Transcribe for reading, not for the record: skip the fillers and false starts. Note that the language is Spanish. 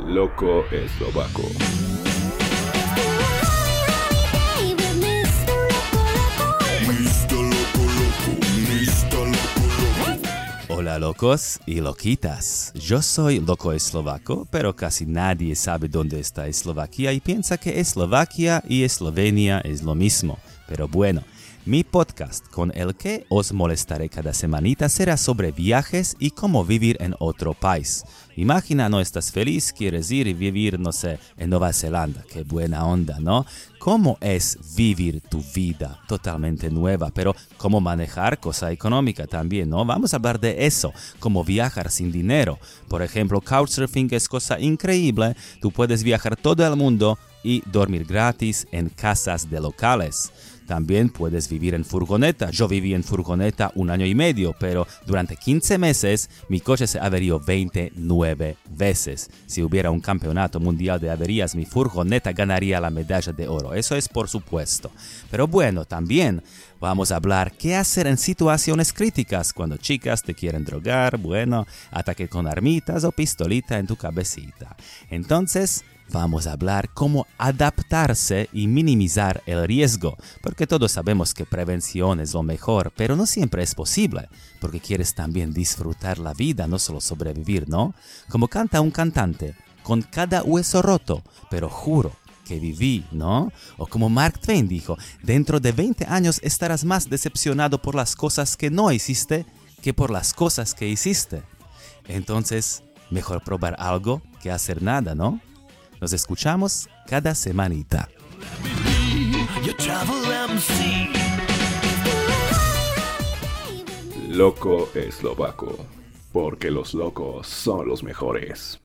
Loco Eslovaco. Hola locos y loquitas, yo soy Loco Eslovaco, pero casi nadie sabe dónde está Eslovaquia y piensa que Eslovaquia y Eslovenia es lo mismo. Pero bueno, mi podcast con el que os molestaré cada semanita será sobre viajes y cómo vivir en otro país. Imagina, no estás feliz, quieres ir y vivir, no sé, en Nueva Zelanda. Qué buena onda, ¿no? ¿Cómo es vivir tu vida totalmente nueva? Pero cómo manejar cosa económica también, ¿no? Vamos a hablar de eso, cómo viajar sin dinero. Por ejemplo, Couchsurfing es cosa increíble. Tú puedes viajar todo el mundo y dormir gratis en casas de locales. También puedes vivir en furgoneta. Yo viví en furgoneta 1 año y medio, pero durante 15 meses mi coche se averió 29 veces. Si hubiera un campeonato mundial de averías, mi furgoneta ganaría la medalla de oro. Eso es por supuesto. Pero bueno, también vamos a hablar qué hacer en situaciones críticas cuando chicas te quieren drogar, bueno, ataque con armitas o pistolita en tu cabecita. Entonces, vamos a hablar cómo adaptarse y minimizar el riesgo, porque todos sabemos que prevención es lo mejor, pero no siempre es posible, porque quieres también disfrutar la vida, no solo sobrevivir, ¿no? Como canta un cantante, con cada hueso roto, pero juro que viví, ¿no? O como Mark Twain dijo, dentro de 20 años estarás más decepcionado por las cosas que no hiciste que por las cosas que hiciste. Entonces, mejor probar algo que hacer nada, ¿no? Nos escuchamos cada semanita. Loco Eslovaco, porque los locos son los mejores.